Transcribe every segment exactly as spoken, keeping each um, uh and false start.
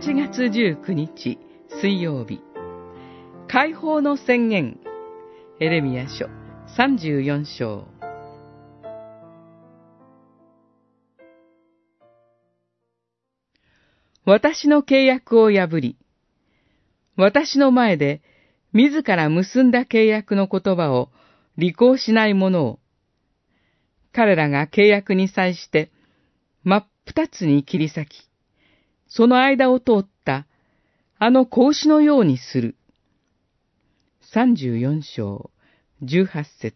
ちがつじゅうくにち水曜日、解放の宣言。エレミヤ書さんじゅうよん章。私の契約を破り、私の前で自ら結んだ契約の言葉を履行しない者を、彼らが契約に際して真っ二つに切り裂き、その間を通ったあの子牛のようにする。さんじゅうよん章じゅうはち節。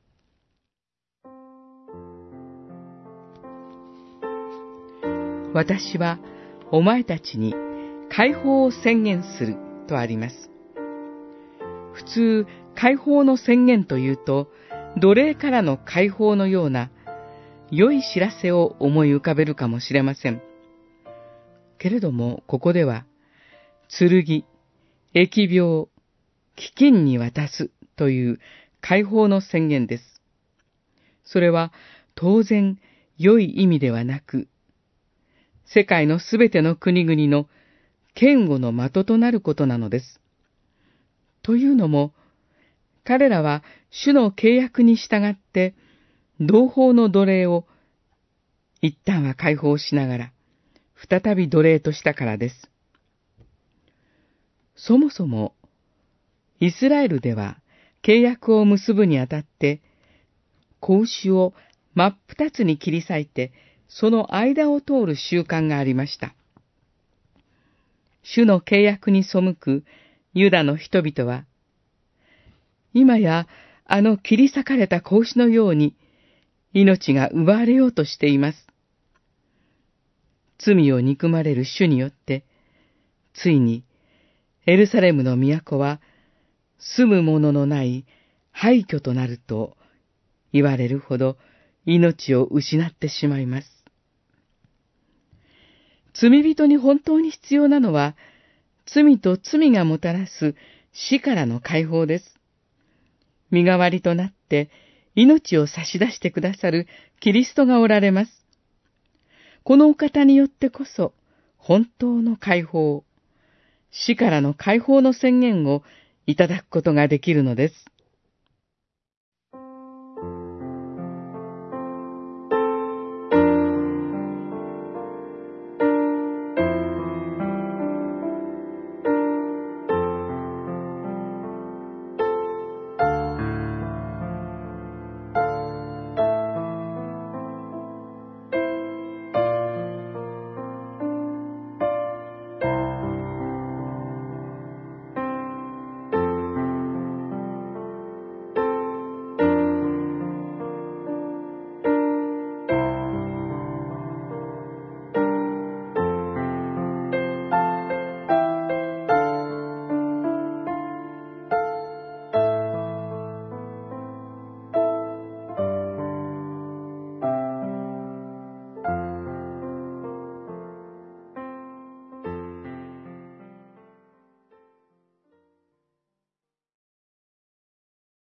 私はお前たちに解放を宣言するとあります。普通、解放の宣言というと、奴隷からの解放のような良い知らせを思い浮かべるかもしれません。けれども、ここでは、剣、疫病、飢饉に渡すという解放の宣言です。それは当然良い意味ではなく、世界のすべての国々の嫌悪の的となることなのです。というのも、彼らは主の契約に従って、同胞の奴隷を一旦は解放しながら、再び奴隷としたからです。そもそも、イスラエルでは契約を結ぶにあたって、子牛を真っ二つに切り裂いて、その間を通る習慣がありました。主の契約に背くユダの人々は、今やあの切り裂かれた子牛のように命が奪われようとしています。罪を憎まれる主によって、ついにエルサレムの都は住むもののない廃墟となると言われるほど命を失ってしまいます。罪人に本当に必要なのは、罪と罪がもたらす死からの解放です。身代わりとなって命を差し出してくださるキリストがおられます。このお方によってこそ、本当の解放、死からの解放の宣言をいただくことができるのです。